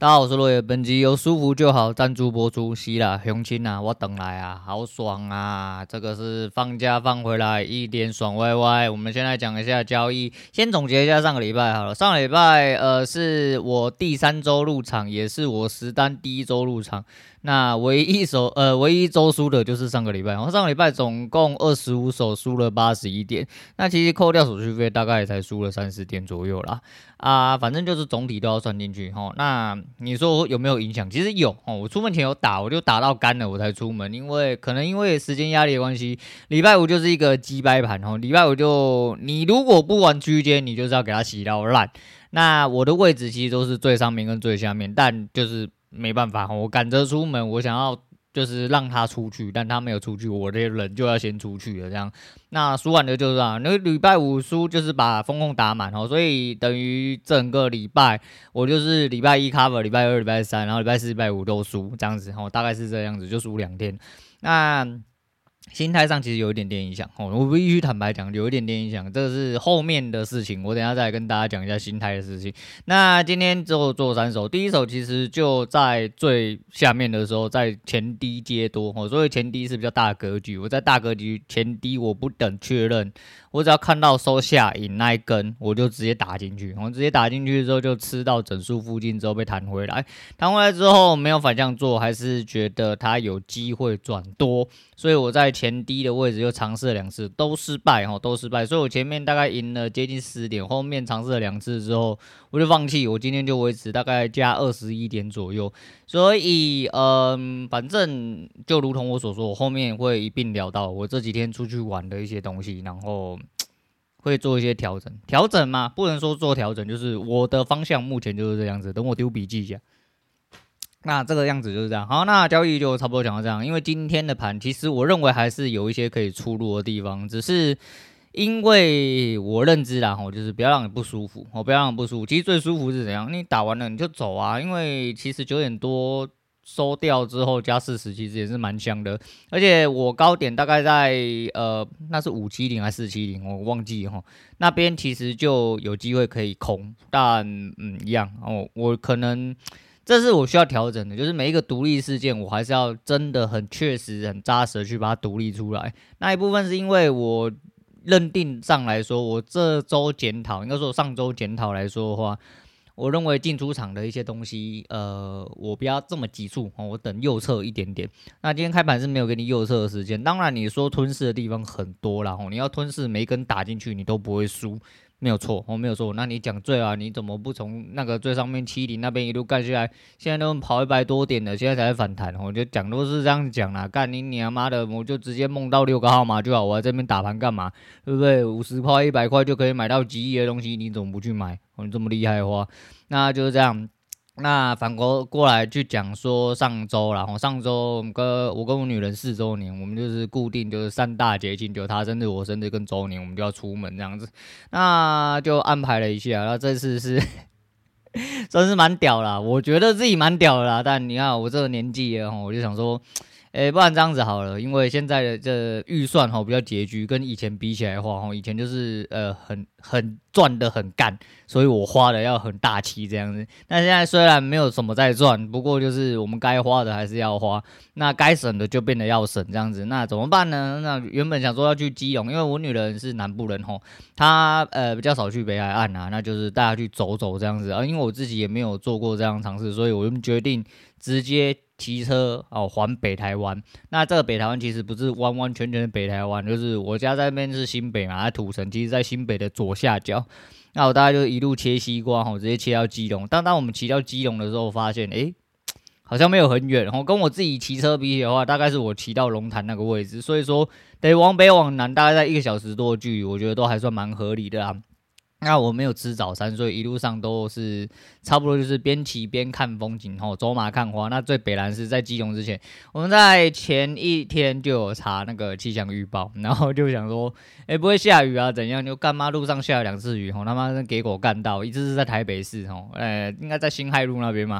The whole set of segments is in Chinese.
大家好，我是罗野，本集由舒服就好赞助播出。是啦，乡亲啊，我等来啊，好爽啊！这个是放假放回来，一点爽歪歪。我们先来讲一下交易，先总结一下上个礼拜好了。上个礼拜是我第3周入场，也是我实单第1周入场。那唯一周输的就是上个礼拜，然后上个礼拜总共25手输了81点，那其实扣掉手续费大概也才输了30点左右啦。反正就是总体都要算进去齁。那你说有没有影响？其实有齁。我出门前有打，我就打到干了我才出门，因为时间压力的关系，礼拜五就是一个鸡掰盘齁。礼拜五就你如果不玩区间，你就是要给它洗到烂。那我的位置其实都是最上面跟最下面，但就是没办法，我赶着出门，我想要就是让他出去，但他没有出去，我的人就要先出去了，这样。那输完的就是那个礼拜五输就是把风控打满所以等于整个礼拜我就是礼拜一 cover， 礼拜二、礼拜三，然后礼拜四、礼拜五都输，这样子大概是这样子，就输2天。那心态上其实有一点点影响我必须坦白讲，有一点点影响，这是后面的事情，我等一下再来跟大家讲一下心态的事情。那今天就做3手，第一手其实就在最下面的时候，在前低接多所以前低是比较大的格局，我在大格局前低我不等确认，我只要看到收下影那一根，我就直接打进去，直接打进去之后就吃到整数附近之后被弹回来，弹回来之后没有反向做，还是觉得它有机会转多，所以我在前低的位置又尝试了2次，都失败，所以我前面大概赢了接近10点，后面尝试了2次之后，我就放弃，我今天就维持大概加21点左右，所以反正就如同我所说，我后面会一并聊到我这几天出去玩的一些东西，然后会做一些调整嘛，不能说做调整，就是我的方向目前就是这样子，等我丢笔记一下。那这个样子就是这样。好，那交易就差不多讲到这样。因为今天的盘，其实我认为还是有一些可以出入的地方，只是因为我认知啦，就是不要让你不舒服，不要让你不舒服。其实最舒服是怎样？你打完了你就走啊，因为其实9点多收掉之后加40，其实也是蛮香的。而且我高点大概在那是570还是470，我忘记那边其实就有机会可以空，但一样我可能。这是我需要调整的，就是每一个独立事件，我还是要真的很确实、很扎实的去把它独立出来。那一部分是因为我认定上来说，我这周检讨，应该说上周检讨来说的话，我认为进出场的一些东西，我不要这么急促我等右侧一点点。那今天开盘是没有给你右侧的时间，当然你说吞噬的地方很多啦你要吞噬每一根打进去，你都不会输。没有错没有错。那你讲对啊，你怎么不从那个最上面70那边一路干下来？现在都跑100多点了，现在才反弹我就讲都是这样讲啦。干你娘妈的，我就直接梦到6个号码就好，我在这边打盘干嘛？对不对？50块、100块就可以买到几亿的东西，你怎么不去买？你这么厉害的话，那就是这样。那反过来去讲说上周啦，上周我跟我女人4周年，我们就是固定就是3大节庆，就她生日、我生日跟周年，我们就要出门这样子，那就安排了一下。那这次是真是蛮屌啦，我觉得自己蛮屌的啦，但你看我这个年纪了我就想说。不然这样子好了，因为现在的这预算比较拮据，跟以前比起来的话以前就是很赚的很干，所以我花的要很大气这样子。那现在虽然没有什么在赚，不过就是我们该花的还是要花，那该省的就变得要省这样子。那怎么办呢？那原本想说要去基隆，因为我女人是南部人她比较少去北海岸那就是带她去走走这样子因为我自己也没有做过这样的尝试，所以我就决定直接骑车环北台湾。那这个北台湾其实不是完完全全的北台湾，就是我家在那边是新北嘛，在土城，其实在新北的左下角。那我大概就一路切西瓜直接切到基隆。当我们骑到基隆的时候，发现好像没有很远跟我自己骑车比起的话，大概是我骑到龙潭那个位置，所以说得往北往南大概在1个小时多的距离，我觉得都还算蛮合理的啦。那我没有吃早餐，所以一路上都是差不多就是边骑边看风景走马看花。那最北蓝是在基隆之前，我们在前一天就有查那个气象预报，然后就想说不会下雨啊怎样，就干妈路上下了2次雨他妈给狗干到，一次是在台北市应该在辛亥路那边嘛，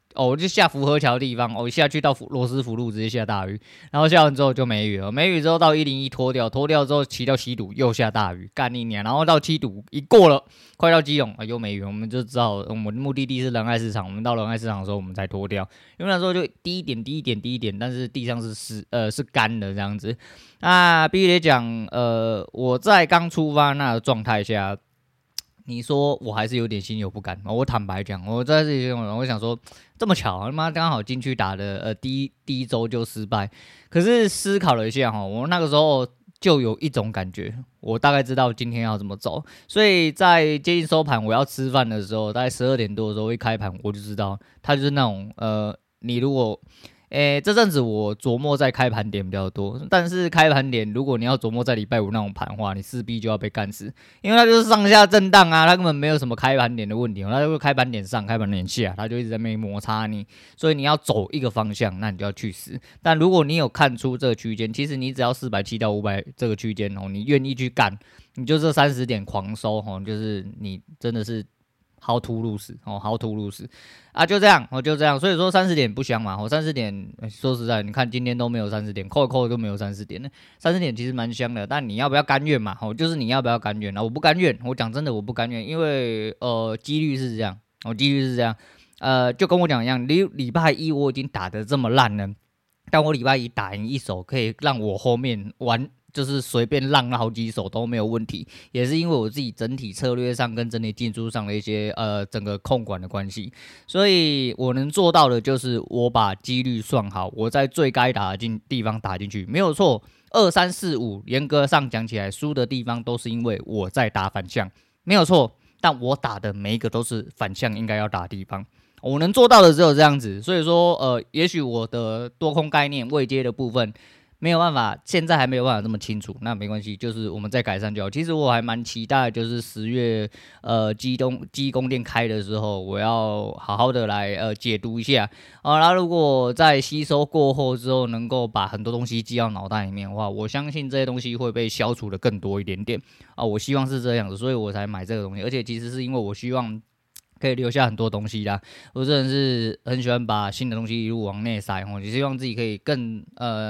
我就下福和桥的地方，我下去到罗斯福路直接下大雨，然后下完之后就没雨了，没雨之后到101脱掉之后骑到七堵又下大雨，干你娘！然后到七堵一过了，快到基隆又没雨，我们就知道我们的目的地是仁爱市场，我们到仁爱市场的时候我们才脱掉，因为那时候就低一点，但是地上是干的这样子。那必须得讲，我在刚出发那个状态下。你说我还是有点心有不甘，我坦白讲，我在这里我想说，这么巧，他妈刚好进去打的第一周就失败。可是思考了一下我那个时候就有一种感觉，我大概知道今天要怎么走，所以在接近收盘我要吃饭的时候，大概12点多的时候一开盘，我就知道它就是那种你如果这阵子我琢磨在开盘点比较多，但是开盘点如果你要琢磨在礼拜五那种盘的话，你势必就要被干死，因为它就是上下震荡啊，它根本没有什么开盘点的问题，它就开盘点上，开盘点下，它就一直在那边摩擦你，所以你要走一个方向，那你就要去死。但如果你有看出这个区间，其实你只要470到500这个区间你愿意去干，你就这30点狂收就是你真的是。How to lose how to lose 啊，就这样所以说30点不香嘛，30点说实在，你看今天都没有30点，扣一扣都没有30点呢，30点其实蛮香的，但你要不要甘愿嘛？就是你要不要甘愿我不甘愿，我讲真的我不甘愿，因为几率是这样，就跟我讲一样，礼拜一我已经打得这么烂了，但我礼拜一打赢一手，可以让我后面玩。就是随便浪了好几手都没有问题，也是因为我自己整体策略上跟整体进出上的一些整个控管的关系，所以我能做到的就是我把几率算好，我在最该打的地方打进去，没有错。2、3、4、5，严格上讲起来，输的地方都是因为我在打反向，没有错。但我打的每一个都是反向应该要打的地方，我能做到的只有这样子。所以说，也许我的多空概念未接的部分。没有办法，现在还没有办法这么清楚，那没关系，就是我们再改善就好。其实我还蛮期待，就是10月机供店开的时候，我要好好的来解读一下那如果在吸收过后之后，能够把很多东西记到脑袋里面的话，我相信这些东西会被消除的更多一点点我希望是这样子，所以我才买这个东西。而且其实是因为我希望。可以留下很多东西啦，我真的是很喜欢把新的东西一路往内塞就希望自己可以更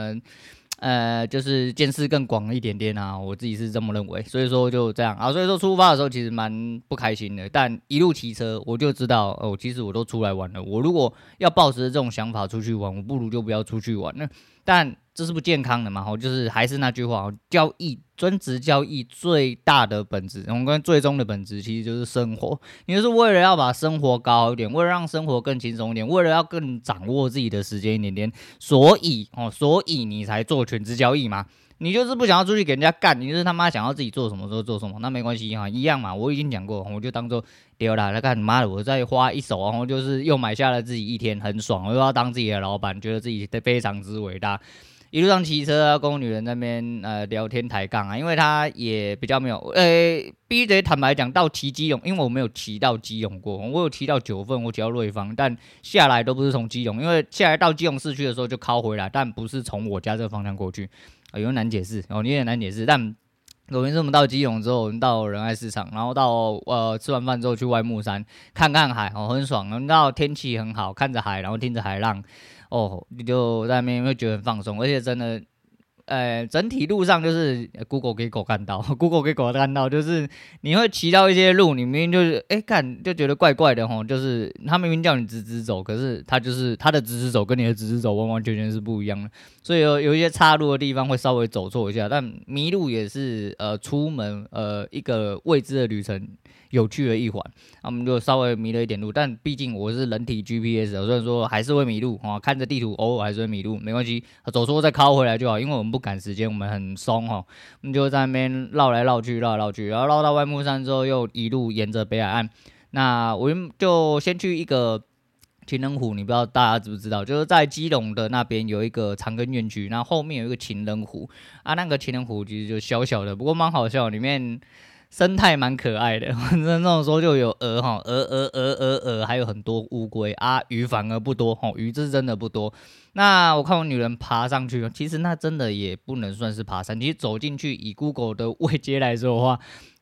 就是见识更广一点点我自己是这么认为，所以说就这样所以说出发的时候其实蛮不开心的，但一路骑车我就知道其实我都出来玩了，我如果要抱持这种想法出去玩，我不如就不要出去玩了，但这是不健康的嘛就是还是那句话交易专职交易最大的本质，我们跟最终的本质其实就是生活，你就是为了要把生活搞好一点，为了让生活更轻松一点，为了要更掌握自己的时间一点点，所以你才做全职交易嘛。你就是不想要出去给人家干，你就是他妈想要自己做什么时候做什么，那没关系一样嘛。我已经讲过，我就当做丢啦。他看妈的，我再花一手，然后就是又买下了自己一天，很爽，我又要当自己的老板，觉得自己非常之伟大。一路上骑车跟我女人那边聊天抬杠因为她也比较没有必须得坦白讲，到骑基隆，因为我没有骑到基隆过，我有骑到9份，我骑到瑞芳，但下来都不是从基隆，因为下来到基隆市区的时候就靠回来，但不是从我家这个方向过去有点难解释有点难解释，但。有一次我们到基隆之后，我们到仁爱市场，然后到吃完饭之后去外木山看看海很爽。然后到天气很好，看着海，然后听着海浪，你就在那边会觉得很放松，而且真的。整体路上就是 Google 给狗看到，Google 给狗看到，就是你会骑到一些路，你明明就是看就觉得怪怪的就是他明明叫你直直走，可是他就是他的直直走跟你的直直走完完全全是不一样的，所以有一些岔路的地方会稍微走错一下，但迷路也是出门一个未知的旅程有趣的一环，我们就稍微迷了一点路，但毕竟我是人体 GPS， 虽然说还是会迷路看着地图偶尔还是会迷路，没关系，走错再靠回来就好，因为我们不赶时间，我们很松我们就在那边绕来绕去，然后绕到外木山之后，又一路沿着北海岸。那我就先去一个情人湖，你不知道大家知不知道？就是在基隆的那边有一个长庚院区，然后后面有一个情人湖那个情人湖其实就小小的，不过蛮好笑，里面。生态蛮可爱的，那种时候就有鹅，还有很多乌龟鱼反而不多鱼是真的不多。那我看我女人爬上去，其实那真的也不能算是爬山，其实走进去以 Google 的位阶来说的话，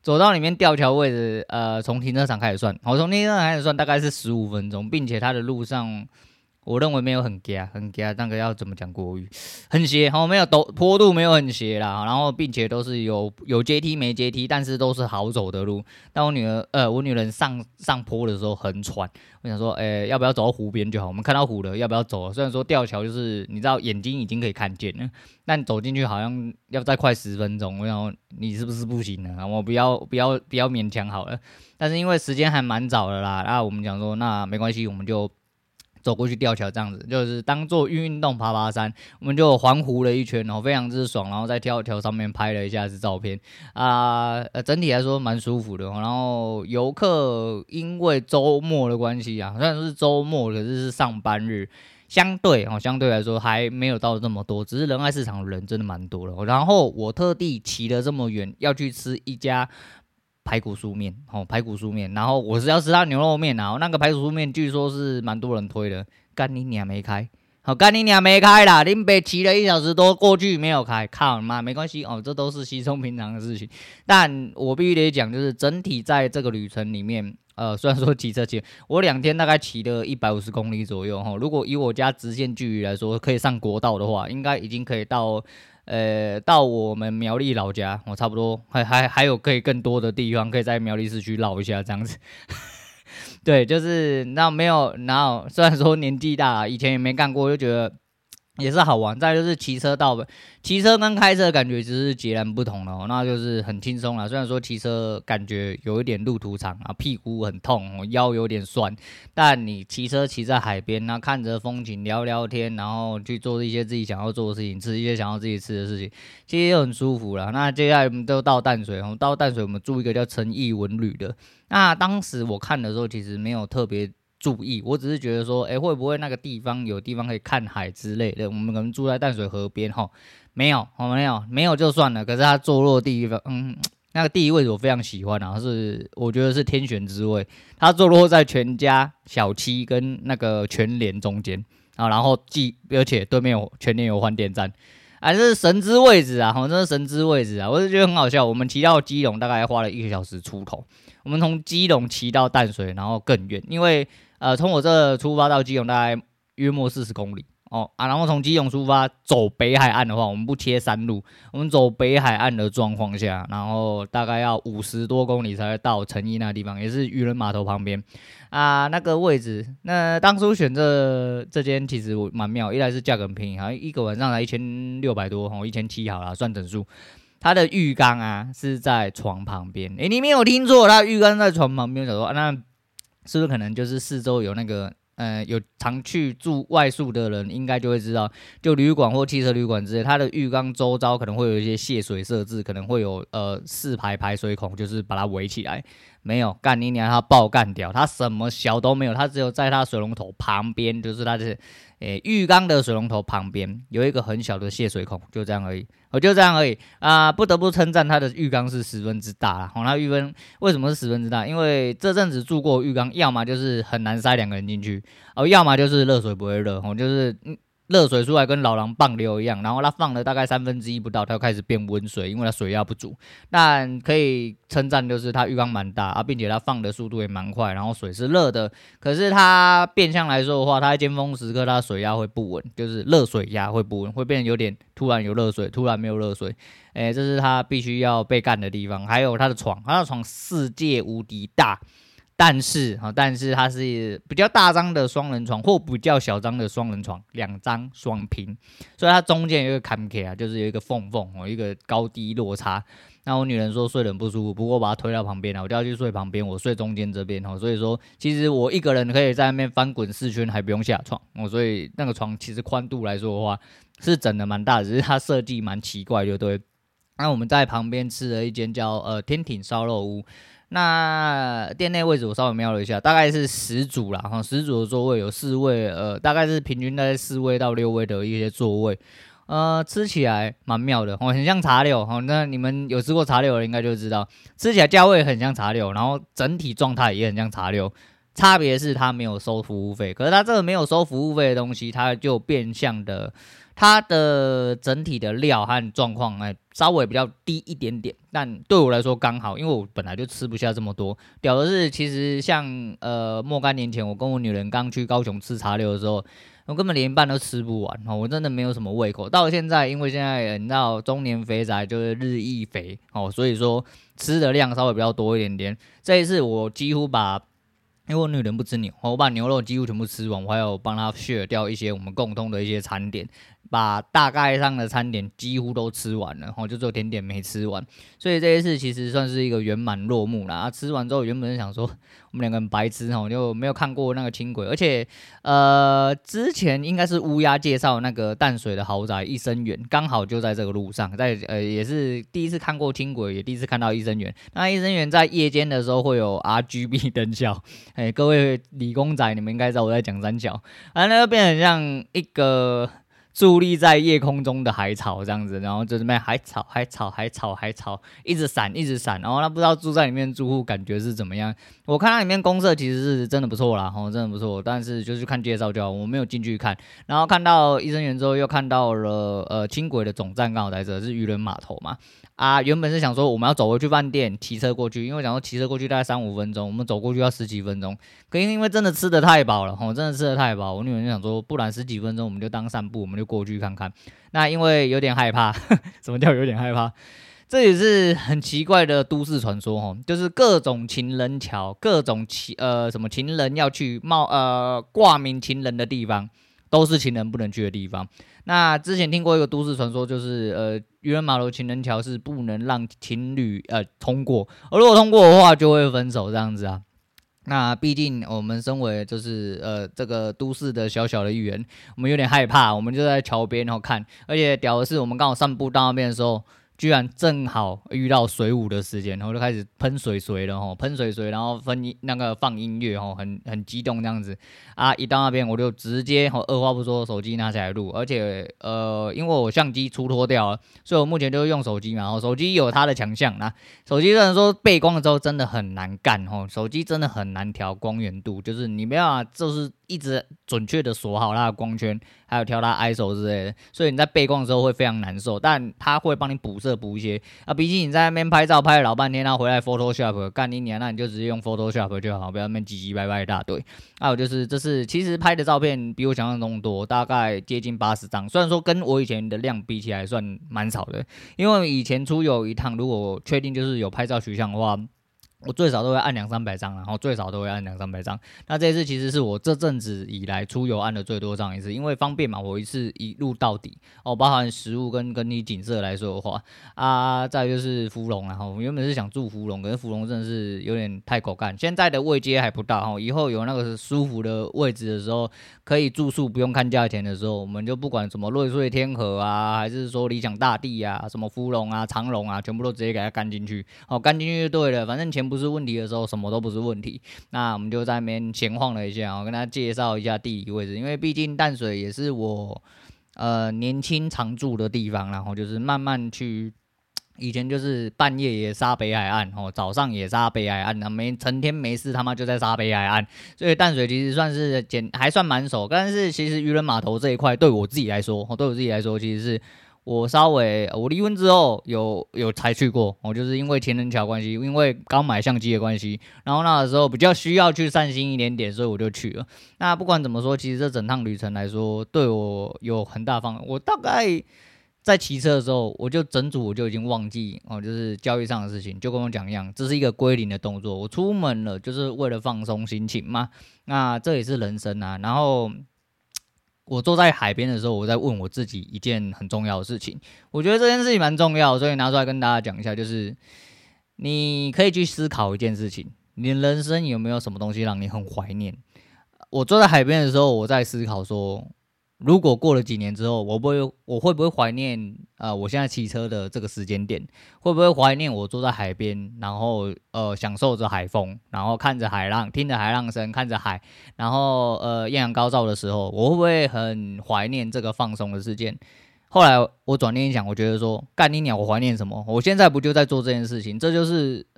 走到里面吊桥位置，从停车场开始算，从停车场开始算大概是15分钟，并且它的路上。我认为没有很夹，那个要怎么讲国语？很斜，没有坡度没有很斜啦，然后并且都是有阶梯没阶梯，但是都是好走的路。但我女人上坡的时候很喘，我想说，要不要走到湖边就好？我们看到湖了，要不要走？虽然说吊桥就是你知道眼睛已经可以看见了，但走进去好像要再快10分钟。我想你是不是不行呢？我不要勉强好了。但是因为时间还蛮早的啦，那我们讲说那没关系，我们就。走过去吊桥这样子，就是当做运动爬山，我们就环湖了一圈，非常之爽，然后在跳桥上面拍了一下子照片整体来说蛮舒服的。然后游客因为周末的关系啊，虽然是周末，可是是上班日，相对来说还没有到这么多，只是仁爱市场人真的蛮多的。然后我特地骑了这么远要去吃一家。排骨酥面，然后我是要吃它牛肉面啊，那个排骨酥面据说是蛮多人推的，干你娘没开，干你娘没开啦，林北骑了1小时多过去没有开，靠妈没关系这都是稀松平常的事情，但我必须得讲，就是整体在这个旅程里面，虽然说骑车骑，我2天大概骑了150公里左右如果以我家直线距离来说，可以上国道的话，应该已经可以到我们苗栗老家，我差不多还有可以更多的地方可以在苗栗市区绕一下这样子。对，就是虽然说年纪大，以前也没干过，就觉得也是好玩。再就是骑车跟开车的感觉只是截然不同的那就是很轻松啦。虽然说骑车感觉有一点路途长啊，屁股很痛腰有点酸，但你骑车骑在海边，那看着风景聊聊天，然后去做一些自己想要做的事情，吃一些想要自己吃的事情，其实也很舒服啦。那接下来我们都到淡水，我们住一个叫诚毅文旅的。那当时我看的时候，其实没有特别。注意，我只是觉得说，会不会那个地方有地方可以看海之类的？我们可能住在淡水河边没有就算了。可是它坐落的地方，那个地理位置我非常喜欢啊，我觉得是天选之位。它坐落在全家、小七跟那个全联中间啊，然后而且对面全联有换电站。这是神之位置啊！真是神之位置啊！我是觉得很好笑。我们骑到基隆大概花了1个小时出头，我们从基隆骑到淡水，然后更远，因为从我这出发到基隆大概约莫40公里然后从基隆出发走北海岸的话，我们不切山路，我们走北海岸的状况下，然后大概要50多公里才会到诚毅那地方，也是渔人码头旁边那个位置。那当初选这间其实蛮妙，一来是价格很便宜，好像一个晚上才1600多，1700好啦，算整数。它的浴缸是在床旁边，你没有听错，它的浴缸在床旁边。我想说那是不是可能就是四周有那个有常去住外宿的人应该就会知道，就旅馆或汽车旅馆之类，它的浴缸周遭可能会有一些泄水设置，可能会有4排排水孔，就是把它围起来。没有，干你娘，它爆干掉，它什么小都没有，它只有在它水龙头旁边，就是它的浴缸的水龙头旁边有一个很小的泄水孔，就这样而已。不得不称赞它的浴缸是十分之大啦。它浴缸为什么是十分之大？因为这阵子住过浴缸，要么就是很难塞2个人进去，要么就是热水不会热，就是热水出来跟老狼棒流一样，然后它放了大概1/3不到，它就开始变温水，因为它水压不足。但可以称赞就是它浴缸蛮大并且它放的速度也蛮快，然后水是热的。可是它变相来说的话，它在尖峰时刻它水压会不稳，就是热水压会不稳，会变得有点突然有热水，突然没有热水。这是它必须要被干的地方。还有它的床世界无敌大。但是它是比较大张的双人床或比较小张的双人床，2张双拼，所以它中间有一个坎卡就是有一个缝一个高低落差。那我女人说睡得很不舒服，不过我把她推到旁边我就要去睡旁边，我睡中间这边所以说其实我一个人可以在那边翻滚4圈还不用下床所以那个床其实宽度来说的话是整的蛮大的，只是它设计蛮奇怪就对。那我们在旁边吃了一间叫天挺烧肉屋。那店内位置我稍微瞄了一下，大概是10组啦，10组的座位有4位，大概是平均大概4位到6位的一些座位，吃起来蛮妙的很像茶柳那你们有吃过茶柳的应该就知道，吃起来价位很像茶柳，然后整体状态也很像茶柳。 差别是它没有收服务费，可是它这个没有收服务费的东西，它就变相的，它的整体的料和状况稍微比较低一点点，但对我来说刚好，因为我本来就吃不下这么多。屌的是，其实像若干年前我跟我女人刚去高雄吃茶六的时候，我根本连一半都吃不完，我真的没有什么胃口。到了现在，因为现在你知道中年肥宅就是日益肥所以说吃的量稍微比较多一点点。这一次我几乎把，因为我女人不吃牛，我把牛肉几乎全部吃完，我还有帮她 share 掉一些我们共通的一些餐点，把大概上的餐点几乎都吃完了，就只有甜点没吃完，所以这一次其实算是一个圆满落幕啦。吃完之后，原本是想说我们两个人白痴就没有看过那个轻轨，而且之前应该是乌鸦介绍那个淡水的豪宅益生园，刚好就在这个路上，也是第一次看过轻轨，也第一次看到益生园。那益生园在夜间的时候会有 RGB 灯效，各位理工仔，你们应该知道我在讲三小，那就变成像一个伫立在夜空中的海草这样子，然后就这边海草，一直闪，然后他不知道住在里面住户感觉是怎么样。我看它里面公社其实是真的不错啦，真的不错，但是就是看介绍就好，我没有进去看。然后看到益生园之后，又看到了轻轨的总站刚好在这，是渔人码头嘛。原本是想说我们要走回去饭店，骑车过去，因为我想说骑车过去大概3-5分钟，我们走过去要10几分钟。可因为真的吃得太饱了，真的吃得太饱，我女人就想说，不然10几分钟我们就当散步，我们就过去看看。那因为有点害怕，什么叫有点害怕？这也是很奇怪的都市传说就是各种情人桥，各种什么情人要去挂名情人的地方，都是情人不能去的地方。那之前听过一个都市传说，就是渔人码头情人桥是不能让情侣通过，而如果通过的话就会分手这样子啊。那毕竟我们身为就是这个都市的小小的一员，我们有点害怕，我们就在桥边看，而且屌的是我们刚好散步到那边的时候，居然正好遇到水舞的时间，然后就开始喷水了喷水，然后放音乐很激动这样子一到那边我就直接二话不说手机拿起来录，而且因为我相机出脱掉了，所以我目前就用手机嘛，手机有它的强项啦。手机虽然说背光的时候真的很难干手机真的很难调光源度，就是你没办法就是一直准确的锁好它的光圈，还有调它 ISO 之类的，所以你在背光的时候会非常难受，但它会帮你补色补一些比起你在那边拍照拍了老半天，然后回来 Photoshop 干你娘，那你就直接用 Photoshop 就好，不要那边唧唧歪歪一大堆。我就是这是其实拍的照片比我想象中多，大概接近80张，虽然说跟我以前的量比起来算蛮少的，因为以前出游一趟，如果确定就是有拍照取向的话，我最少都会按200-300张，然后最少都会按200-300张。那这一次其实是我这阵子以来出游按的最多张一次，因为方便嘛，我一次一路到底包含食物跟你景色来说的话再来就是福隆啦我原本是想住福隆，可是福隆真的是有点太狗干，现在的位阶还不到以后有那个舒服的位置的时候，可以住宿不用看价钱的时候，我们就不管什么瑞穗天河还是说理想大地什么福隆长隆全部都直接给它干进去干进去就对了，反正钱不是问题的时候，什么都不是问题。那我们就在那边闲晃了一下跟大家介绍一下地理位置，因为毕竟淡水也是我年轻常住的地方，然后就是慢慢去。以前就是半夜也杀北海岸早上也杀北海岸成天没事他妈就在杀北海岸，所以淡水其实算是还算蛮熟，但是其实渔人码头这一块对我自己来说其实是我我离婚之后有才去过就是因为情人桥关系，因为刚买相机的关系，然后那个时候比较需要去散心一点点，所以我就去了。那不管怎么说，其实这整趟旅程来说对我有很大方向。我大概在骑车的时候，我整组我就已经忘记就是交易上的事情，就跟我讲一样，这是一个归零的动作。我出门了就是为了放松心情嘛，那这也是人生然后我坐在海边的时候，我在问我自己一件很重要的事情，我觉得这件事情蛮重要，所以拿出来跟大家讲一下，就是你可以去思考一件事情，你的人生有没有什么东西让你很怀念？我坐在海边的时候，我在思考说，如果过了几年之后，我会不会怀念我现在骑车的这个时间点？会不会怀念我坐在海边，然后享受着海风，然后看着海浪，听着海浪声，看着海，然后艳阳高照的时候，我会不会很怀念这个放松的事件？后来我转念一想，我觉得说干你鸟，我怀念什么？我现在不就在做这件事情？这就是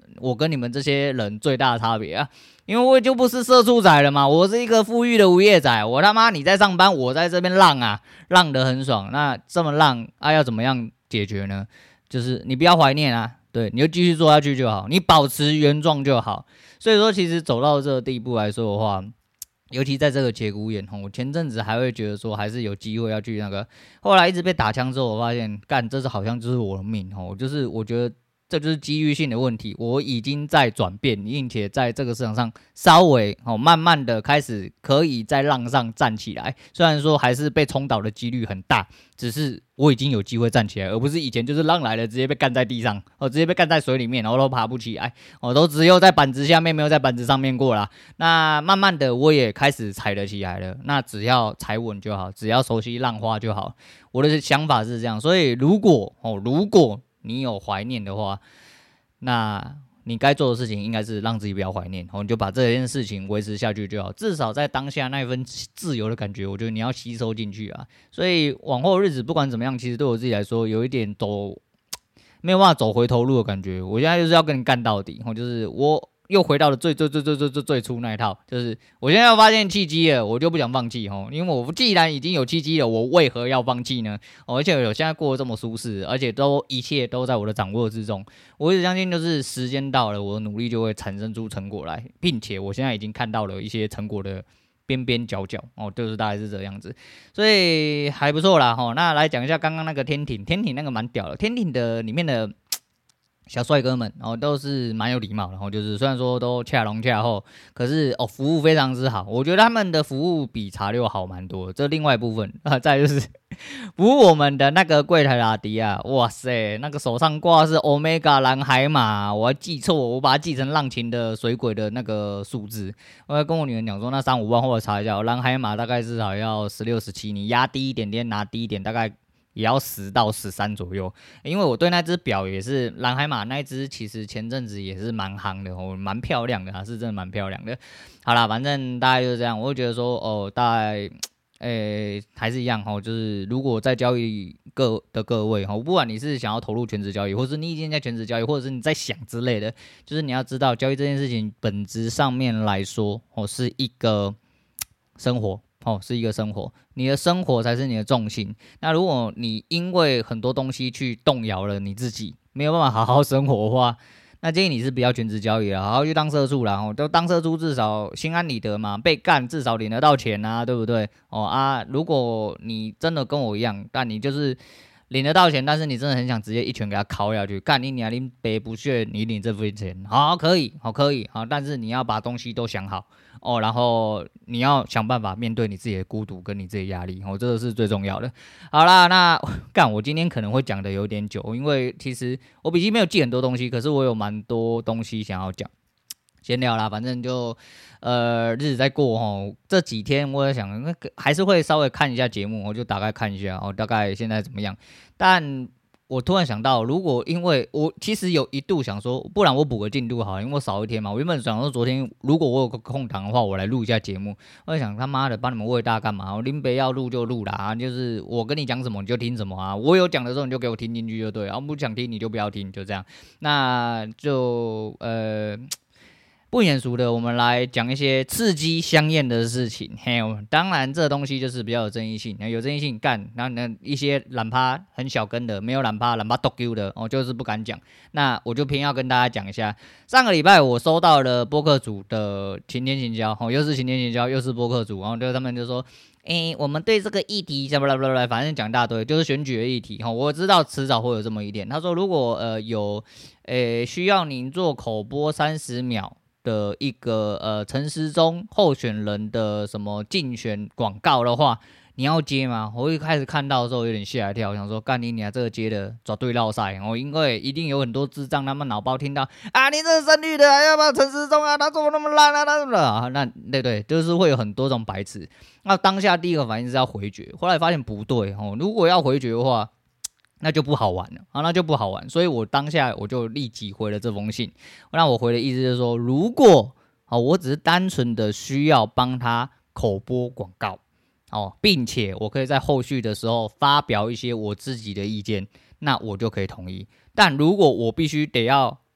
我跟你们这些人最大的差别啊，因为我就不是社畜仔了嘛，我是一个富裕的无业仔，我他妈你在上班，我在这边浪啊，浪得很爽。那这么浪啊，要怎么样解决呢？就是你不要怀念啊，对，你就继续做下去就好，你保持原状就好。所以说，其实走到这个地步来说的话，尤其在这个节骨眼，我前阵子还会觉得说，还是有机会要去那个，后来一直被打枪之后，我发现，干，这是好像就是我的命，就是我觉得。这就是机遇性的问题，我已经在转变，并且在这个市场上稍微慢慢的开始可以在浪上站起来。虽然说还是被冲倒的几率很大，只是我已经有机会站起来，而不是以前就是浪来了直接被干在地上，直接被干在水里面，然后都爬不起来，都只有在板子下面，没有在板子上面过啦。那慢慢的我也开始踩得起来了，那只要踩稳就好，只要熟悉浪花就好。我的想法是这样，所以如果你有怀念的话，那你该做的事情应该是让自己不要怀念，你就把这件事情维持下去就好。至少在当下那一份自由的感觉，我觉得你要吸收进去啊。所以往后日子不管怎么样，其实对我自己来说，有一点没有办法走回头路的感觉。我现在就是要跟你干到底，就是我又回到了最初那一套，就是我现在要发现契机了，我就不想放弃因为我既然已经有契机了，我为何要放弃呢？而且我现在过得这么舒适，而且一切都在我的掌握之中，我一直相信就是时间到了，我的努力就会产生出成果来，并且我现在已经看到了一些成果的边边角角就是大概是这样子，所以还不错啦那来讲一下刚刚那个天庭那个蛮屌的，天庭的里面的小帅哥们都是蛮有礼貌的就是虽然说都恰龙恰后，可是服务非常之好，我觉得他们的服务比茶六好蛮多的，这另外一部分再就是服务我们的那个柜台拉迪啊，哇塞，那个手上挂的是 Omega 蓝海马，我还记错，我把它记成浪琴的水鬼的那个数字，我还跟我女儿讲说那3-5万，或者查一下，蓝海马大概至少要16、17，你压低一点点，拿低一点，大概也要10到13左右，因为我对那只表也是蓝海马那一只，其实前阵子也是蛮夯的蛮漂亮的，是真的蛮漂亮的。好啦，反正大概就是这样，我会觉得说大概还是一样就是如果在交易各位不管你是想要投入全职交易，或是你已经在全职交易，或者是你在想之类的，就是你要知道交易这件事情本质上面来说是一个生活。是一个生活，你的生活才是你的重心。那如果你因为很多东西去动摇了你自己，没有办法好好生活的话，那建议你是不要全职交易了，好好去当社畜啦。都当社畜至少心安理得嘛，被干至少领得到钱啊，对不对？如果你真的跟我一样，但你就是领得到钱，但是你真的很想直接一拳给他敲下去，干你娘，你北不屑你领这份钱，好可以，但是你要把东西都想好然后你要想办法面对你自己的孤独跟你自己的压力这个是最重要的。好啦，那我今天可能会讲的有点久，因为其实我笔记没有记很多东西，可是我有蛮多东西想要讲。闲聊啦，反正就日子在过这几天我在想还是会稍微看一下节目，我就大概看一下大概现在怎么样。但我突然想到，如果因为我其实有一度想说，不然我补个进度好了，因为我少一天嘛。我原本想说昨天如果我有个空档的话，我来录一下节目。我在想他妈的帮你们喂大干嘛？我林北要录就录啦，就是我跟你讲什么你就听什么啊。我有讲的时候你就给我听进去就对了，然后不想听你就不要听，就这样。那就不免俗的，我们来讲一些刺激香艳的事情。当然这东西就是比较有争议性，有争议性干，然后一些懒趴很小根的，没有懒趴逗丢的，就是不敢讲。那我就偏要跟大家讲一下，上个礼拜我收到了播客组的晴天行销，又是晴天行销，又是播客组，然后他们就说。我们对这个议题反正讲一大堆，就是选举的议题我知道迟早会有这么一点。他说如果有需要您做口播30秒的一个陈时中候选人的什么竞选广告的话，你要接吗？我一开始看到的时候有点吓一跳，想说干你娘这个接的绝对落赛因为一定有很多智障他们脑包听到啊，你这是深绿的要不要陈时中啊？他做那么烂啊，那对，就是会有很多种白痴。那当下第一个反应是要回绝，后来发现不对如果要回绝的话，那就不好玩了那就不好玩。所以我当下我就立即回了这封信。那我回的意思就是说，如果我只是单纯的需要帮他口播广告并且我可以在后续的时候发表一些我自己的意见，那我就可以同意。但如果我必须得要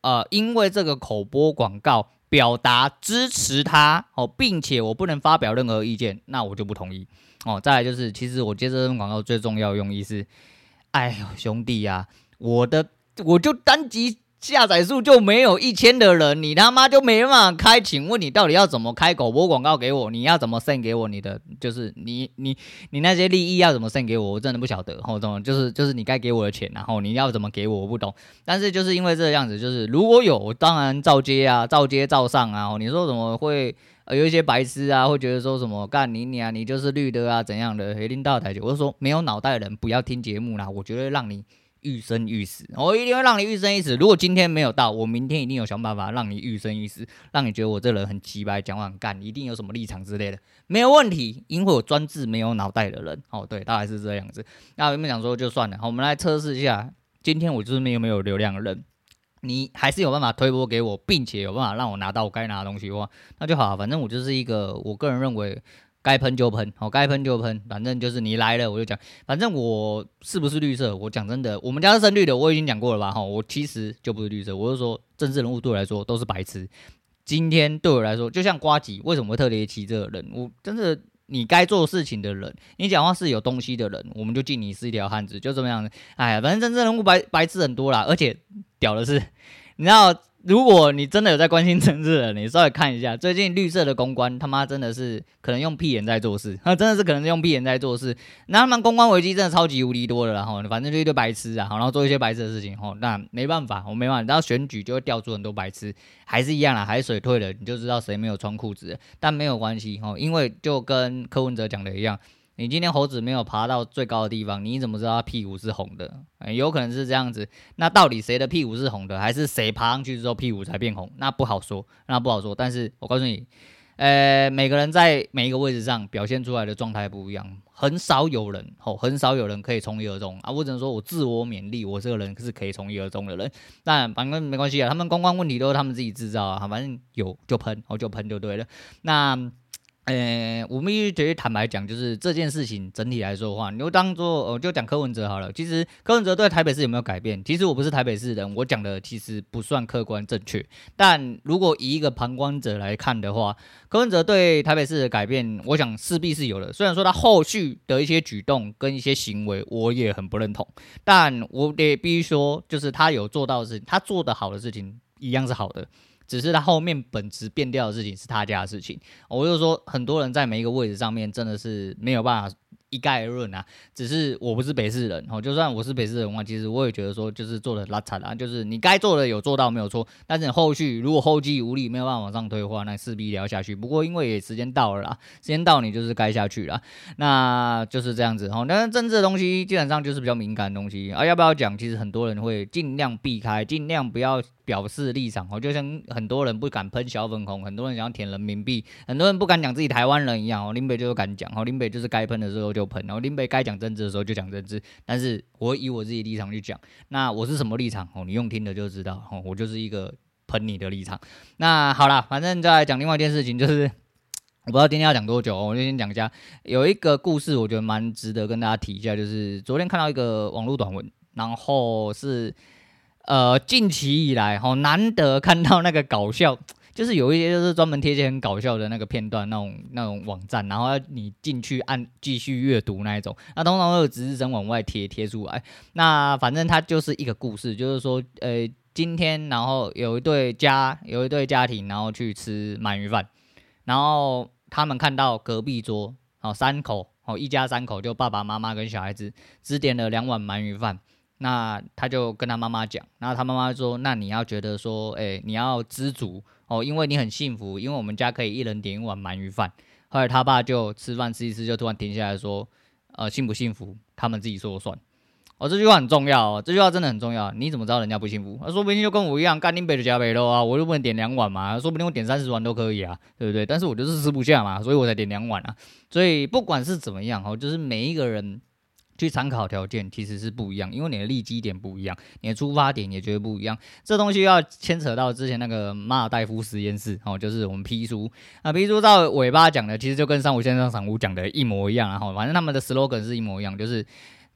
因为这个口播广告表达支持他并且我不能发表任何意见，那我就不同意再来就是，其实我接这份广告最重要的用意是，哎呦兄弟啊，我就单集下载数就没有1000的人，你他妈就没办法开。请问你到底要怎么开口播广告给我？你要怎么 send 给我你的？就是你那些利益要怎么 send 给我？我真的不晓得。就是你该给我的钱，然后你要怎么给我不懂。但是就是因为这个样子，就是如果有，我当然照接啊，照接照上啊。你说怎么会？有一些白痴啊，会觉得说什么干你啊，你就是绿的啊，怎样的？一定到台球，我就说没有脑袋的人不要听节目啦，我觉得让你欲生欲死，我一定会让你欲生欲死。如果今天没有到，我明天一定有想办法让你欲生欲死，让你觉得我这人很鸡掰，讲话很干，一定有什么立场之类的，没有问题，因为我专治没有脑袋的人。对，大概是这样子。那原本想说就算了，我们来测试一下，今天我就是没有流量的人。你还是有办法推播给我，并且有办法让我拿到我该拿的东西的话，那就好。反正我就是一个，我个人认为该喷就喷，该喷就喷。反正就是你来了我就讲，反正我是不是绿色，我讲真的，我们家是深绿的，我已经讲过了吧？我其实就不是绿色，我就说政治人物对我来说都是白痴。今天对我来说，就像呱吉，为什么会特别骑这个人？我真的。你该做事情的人，你讲话是有东西的人，我们就敬你是一条汉子，就这么样的。哎呀，反正真正人物白痴很多啦，而且屌的是，你知道，如果你真的有在关心政治的人，你稍微看一下，最近绿色的公关他妈真的是可能用屁眼在做事，真的是可能用屁眼在做事。那他们公关危机真的超级无敌多的啦，反正就一堆白痴啊，然后做一些白痴的事情，那没办法，我没办法，然后选举就会调出很多白痴。还是一样啦，海水退了，你就知道谁没有穿裤子了。但没有关系因为就跟柯文哲讲的一样，你今天猴子没有爬到最高的地方，你怎么知道他屁股是红的？有可能是这样子。那到底谁的屁股是红的，还是谁爬上去之后屁股才变红？那不好说，但是我告诉你，每个人在每一个位置上表现出来的状态不一样，很少有人可以从一而终啊！我只能说我自我勉励，我这个人是可以从一而终的人。但反正没关系啊，他们公关问题都是他们自己制造啊，反正有就喷，就喷就对了。那我们必须坦白讲，就是这件事情整体来说的话，你就当做就讲柯文哲好了。其实柯文哲对台北市有没有改变？其实我不是台北市人，我讲的其实不算客观正确。但如果以一个旁观者来看的话，柯文哲对台北市的改变，我想势必是有的。虽然说他后续的一些举动跟一些行为，我也很不认同，但我也必须说，就是他有做到的事情，他做得好的事情一样是好的。只是他后面本质变掉的事情是他家的事情，我就说很多人在每一个位置上面真的是没有办法一概而论啊。只是我不是北市人就算我是北市人的话，其实我也觉得说就是做的拉惨啊，就是你该做的有做到没有错，但是你后续如果后继无力没有办法往上推的话，那势必聊下去。不过因为也时间到了啦，时间到你就是该下去啦，那就是这样子但是政治的东西基本上就是比较敏感的东西要不要讲？其实很多人会尽量避开，尽量不要表示立场就像很多人不敢喷小粉红，很多人想要舔人民币，很多人不敢讲自己台湾人一样林北就是敢讲林北就是该喷的时候就喷林北该讲政治的时候就讲政治。但是我会以我自己的立场去讲，那我是什么立场你用听的就知道我就是一个喷你的立场。那好啦，反正再来讲另外一件事情，就是我不知道今天要讲多久我就先讲一下。有一个故事我觉得蛮值得跟大家提一下，就是昨天看到一个网络短文，然后是近期以来难得看到那个搞笑，就是有一些就是专门贴一些很搞笑的那个片段，那种网站，然后要你进去按继续阅读那一种，那通常会有值日生往外贴出来。那反正它就是一个故事，就是说今天然后有一对家庭，然后去吃鳗鱼饭，然后他们看到隔壁桌三口一家三口，就爸爸妈妈跟小孩子只点了2碗鳗鱼饭。那他就跟他妈妈讲，然后他妈妈说，那你要觉得说你要知足因为你很幸福，因为我们家可以一人点1碗鳗鱼饭。后来他爸就吃饭吃一吃，就突然停下来说幸不幸福他们自己说了算。这句话很重要这句话真的很重要。你怎么知道人家不幸福？说不定就跟我一样干林北的加北肉啊，我就不能点2碗嘛，说不定我点30碗都可以啊，对不对？但是我就是吃不下嘛，所以我才点2碗啊。所以不管是怎么样就是每一个人去参考条件其实是不一样，因为你的立基点不一样，你的出发点也绝对不一样。这东西要牵扯到之前那个马尔代夫实验室就是我们批书批书到尾巴讲的，其实就跟三五先生赏屋讲的一模一样反正他们的 slogan 是一模一样，就是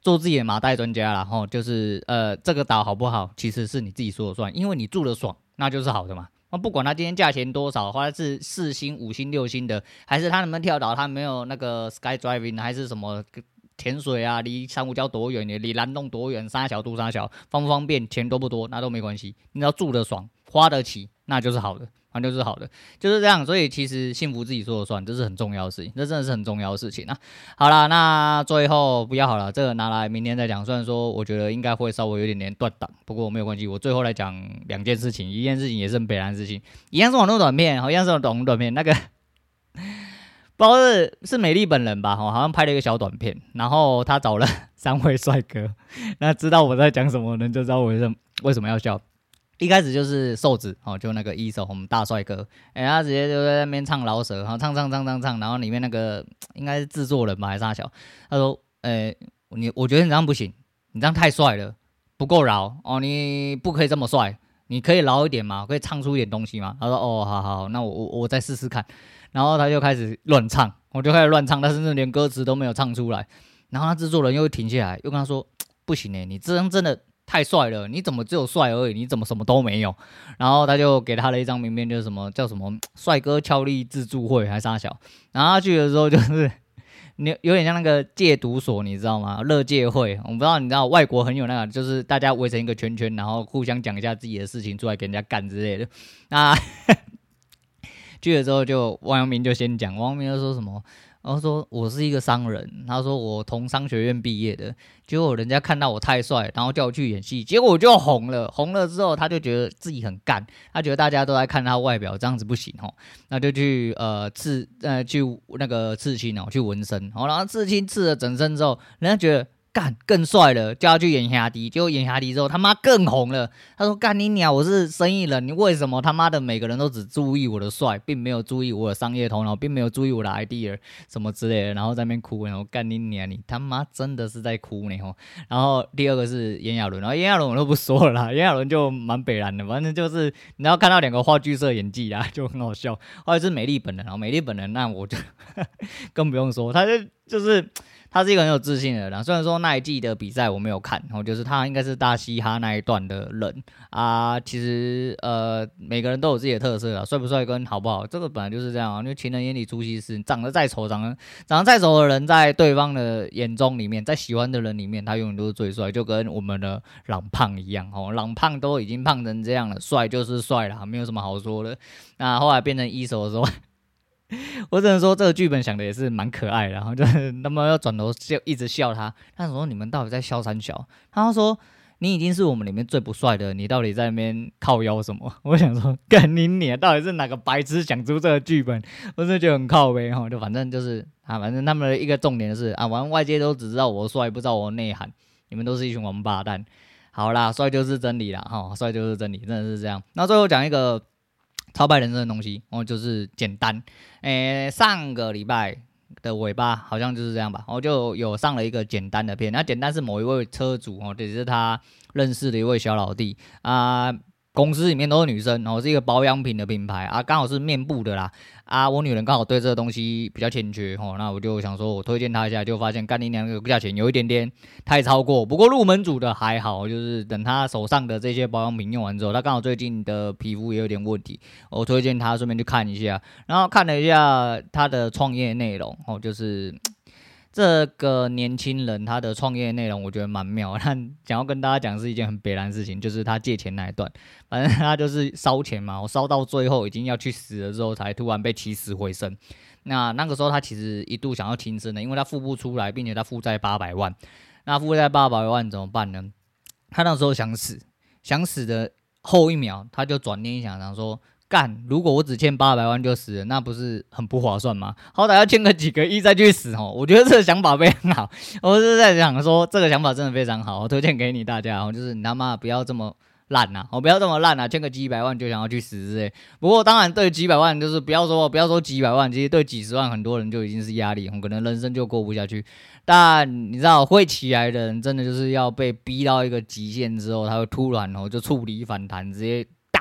做自己的马代专家啦，就是这个岛好不好，其实是你自己说了算，因为你住的爽，那就是好的嘛。不管他今天价钱多少，或者是4星、5星、6星的，还是他能不能跳岛，他没有那个 skydiving， 还是什么潜水啊，离珊瑚礁多远，离蓝洞多远，沙小度沙小，方不方便，钱多不多，那都没关系，你只要住得爽，花得起，那就是好的。就是好的，就是这样，所以其实幸福自己说了算，这是很重要的事情，这真的是很重要的事情啊。好啦，那最后不要好了，这个拿来明天再讲。虽然说我觉得应该会稍微有点断档，不过没有关系，我最后来讲2件事情，一件事情也是很北蓝的事情，一样是网络短片，一样是网络短片，那个不知道是美丽本人吧，好像拍了一个小短片，然后他找了3位帅哥，那知道我在讲什么的人就知道我为什么要笑。一开始就是瘦子就那个一手我们大帅哥，他直接就在那边唱饶舌，然后唱，然后里面那个应该是制作人吧还是啥小，他说，我觉得你这样不行，你这样太帅了，不够饶你不可以这么帅，你可以饶一点吗？可以唱出一点东西吗？他说好，那我再试试看，然后他就开始乱唱，我就开始乱唱，他甚至连歌词都没有唱出来，然后他制作人又停下来，又跟他说，不行你这样真的太帅了，你怎么只有帅而已？你怎么什么都没有？然后他就给他了一张名片，就是叫什么帅哥俏丽自助会还是啥小。然后他去的时候就是有点像那个戒毒所，你知道吗？乐戒会，我不知道你知道外国很有那个，就是大家围成一个圈圈，然后互相讲一下自己的事情，出来给人家干之类的。那去了之后就王阳明就先讲，王阳明就说什么？然后说我是一个商人，他说我从商学院毕业的，结果人家看到我太帅，然后叫我去演戏，结果我就红了。红了之后，他就觉得自己很干，他觉得大家都在看他外表，这样子不行那就去去那个刺青去纹身，然后刺青刺了整身之后，人家觉得干更帅了，叫他去演兄弟，结果演兄弟之后他妈更红了。他说干你鸟，我是生意人，你为什么他妈的每个人都只注意我的帅，并没有注意我的商业头脑，并没有注意我的 idea 什么之类的，然后在那边哭，然后干你鸟，你他妈真的是在哭呢然后第二个是炎亚纶，然后炎亚纶我都不说了啦，炎亚纶就蛮北蓝的，反正就是你要看到2个话剧社演技啦，就很好笑。后来是美丽本人，然后美丽本人那我就更不用说，他就是他是一个很有自信的人，虽然说那一季的比赛我没有看，就是他应该是大嘻哈那一段的人啊。其实每个人都有自己的特色啊，帅不帅跟好不好，这个本来就是这样因为情人眼里出西施，长得再丑，长得再丑的人，在对方的眼中里面，在喜欢的人里面，他永远都是最帅，就跟我们的朗胖一样朗胖都已经胖成这样了，帅就是帅了，没有什么好说的。那后来变成一手的时候。我只能说这个剧本想的也是蛮可爱的，然后就是他们要转头就一直笑他，他说你们到底在笑三小？他说你已经是我们里面最不帅的，你到底在那边靠腰什么？我想说干你到底是哪个白痴想出这个剧本？我真的觉得很靠北就反正就是反正他们的一个重点是反正外界都只知道我帅，不知道我内涵，你们都是一群王八蛋。好啦，帅就是真理啦帅就是真理，真的是这样。那最后讲一个超派人生的东西就是简单。上个礼拜的尾巴好像就是这样吧，就有上了一个简单的片。那简单是某一位车主也是他认识的一位小老弟啊。公司里面都是女生是一个保养品的品牌啊，刚好是面部的啦啊。我女人刚好对这个东西比较欠缺那我就想说我推荐她一下，就发现干你娘那个价钱有一点点太超过，不过入门组的还好，就是等她手上的这些保养品用完之后，她刚好最近的皮肤也有点问题，我推荐她顺便去看一下，然后看了一下她的创业内容就是这个年轻人他的创业内容我觉得蛮妙，但想要跟大家讲是一件很北蓝的事情，就是他借钱那一段，反正他就是烧钱嘛，我烧到最后已经要去死了之后，才突然被起死回生。那个时候他其实一度想要轻生的，因为他付不出来，并且他负债800万。那负债800万怎么办呢？他那时候想死的后一秒，他就转念一想说。干！如果我只欠800万就死了，那不是很不划算吗？好歹要欠个几个亿再去死我觉得这个想法非常好。我是在想说，这个想法真的非常好，我推荐给你大家就是你他妈不要这么烂不要这么烂欠个几百万就想要去死之类。不过当然对几百万就是不要说几百万，其实对几十万很多人就已经是压力可能人生就过不下去。但你知道会起来的人真的就是要被逼到一个极限之后，他会突然就触底反弹，直接大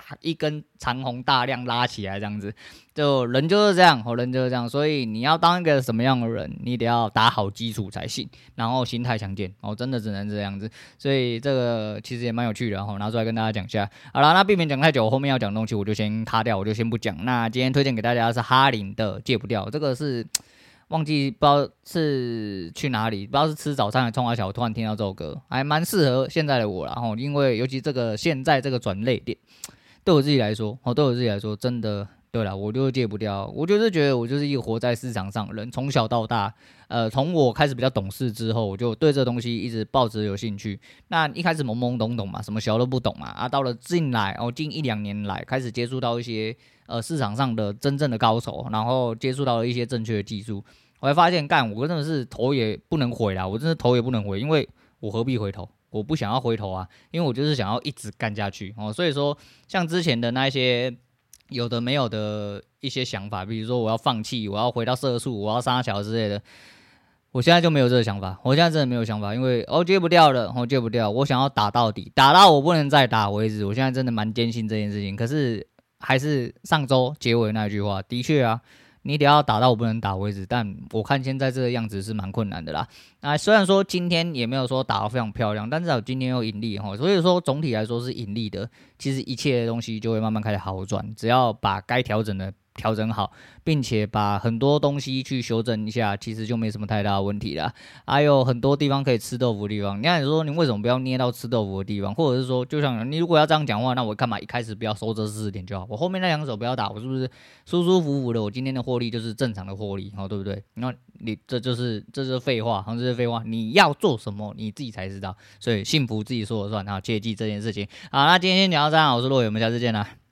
一根长虹大亮拉起来这样子。就人就是这样，人就是这样，所以你要当一个什么样的人，你得要打好基础才行，然后心态强健，真的只能这样子。所以这个其实也蛮有趣的，拿出来跟大家讲一下。好了，那避免讲太久，我后面要讲的东西我就先卡掉，我就先不讲。那今天推荐给大家的是哈林的戒不掉，这个是忘记不知道是去哪里，不知道是吃早餐还是冲阿小，突然听到这首歌，还蛮适合现在的我啦，因为尤其这个现在这个转捩点，对我自己来说，真的。对了，我就戒不掉。我就是觉得我就是一个活在市场上的人，从小到大，从我开始比较懂事之后，我就对这东西一直抱着有兴趣。那一开始懵懵懂懂嘛，什么小都不懂嘛，到了近1-2年来，开始接触到一些市场上的真正的高手，然后接触到了一些正确的技术，我才发现，我真的是头也不能回啦，我真的头也不能回，因为我何必回头？我不想要回头啊，因为我就是想要一直干下去所以说，像之前的那些。有的没有的一些想法，比如说我要放弃，我要回到社畜，我要杀小之类的，我现在就没有这个想法。我现在真的没有想法，因为戒不掉了，戒不掉，我想要打到底，打到我不能再打为止。我现在真的蛮坚信这件事情，可是还是上周结尾那句话，的确啊。你得要打到我不能打为止，但我看现在这个样子是蛮困难的啦。虽然说今天也没有说打得非常漂亮，但至少今天有盈利所以说总体来说是盈利的。其实一切的东西就会慢慢开始好转，只要把该调整的调整好，并且把很多东西去修正一下，其实就没什么太大的问题啦。还有很多地方可以吃豆腐的地方，你看你说你为什么不要捏到吃豆腐的地方，或者是说，就像你如果要这样讲话，那我干嘛一开始不要收这40点就好？我后面那2手不要打，我是不是舒舒服服的？我今天的获利就是正常的获利，对不对？那你这就是废话，这是废话。你要做什么你自己才知道，所以幸福自己说了算，切记这件事情。好，那今天先讲到这样，我是洛伟，我们下次见啦。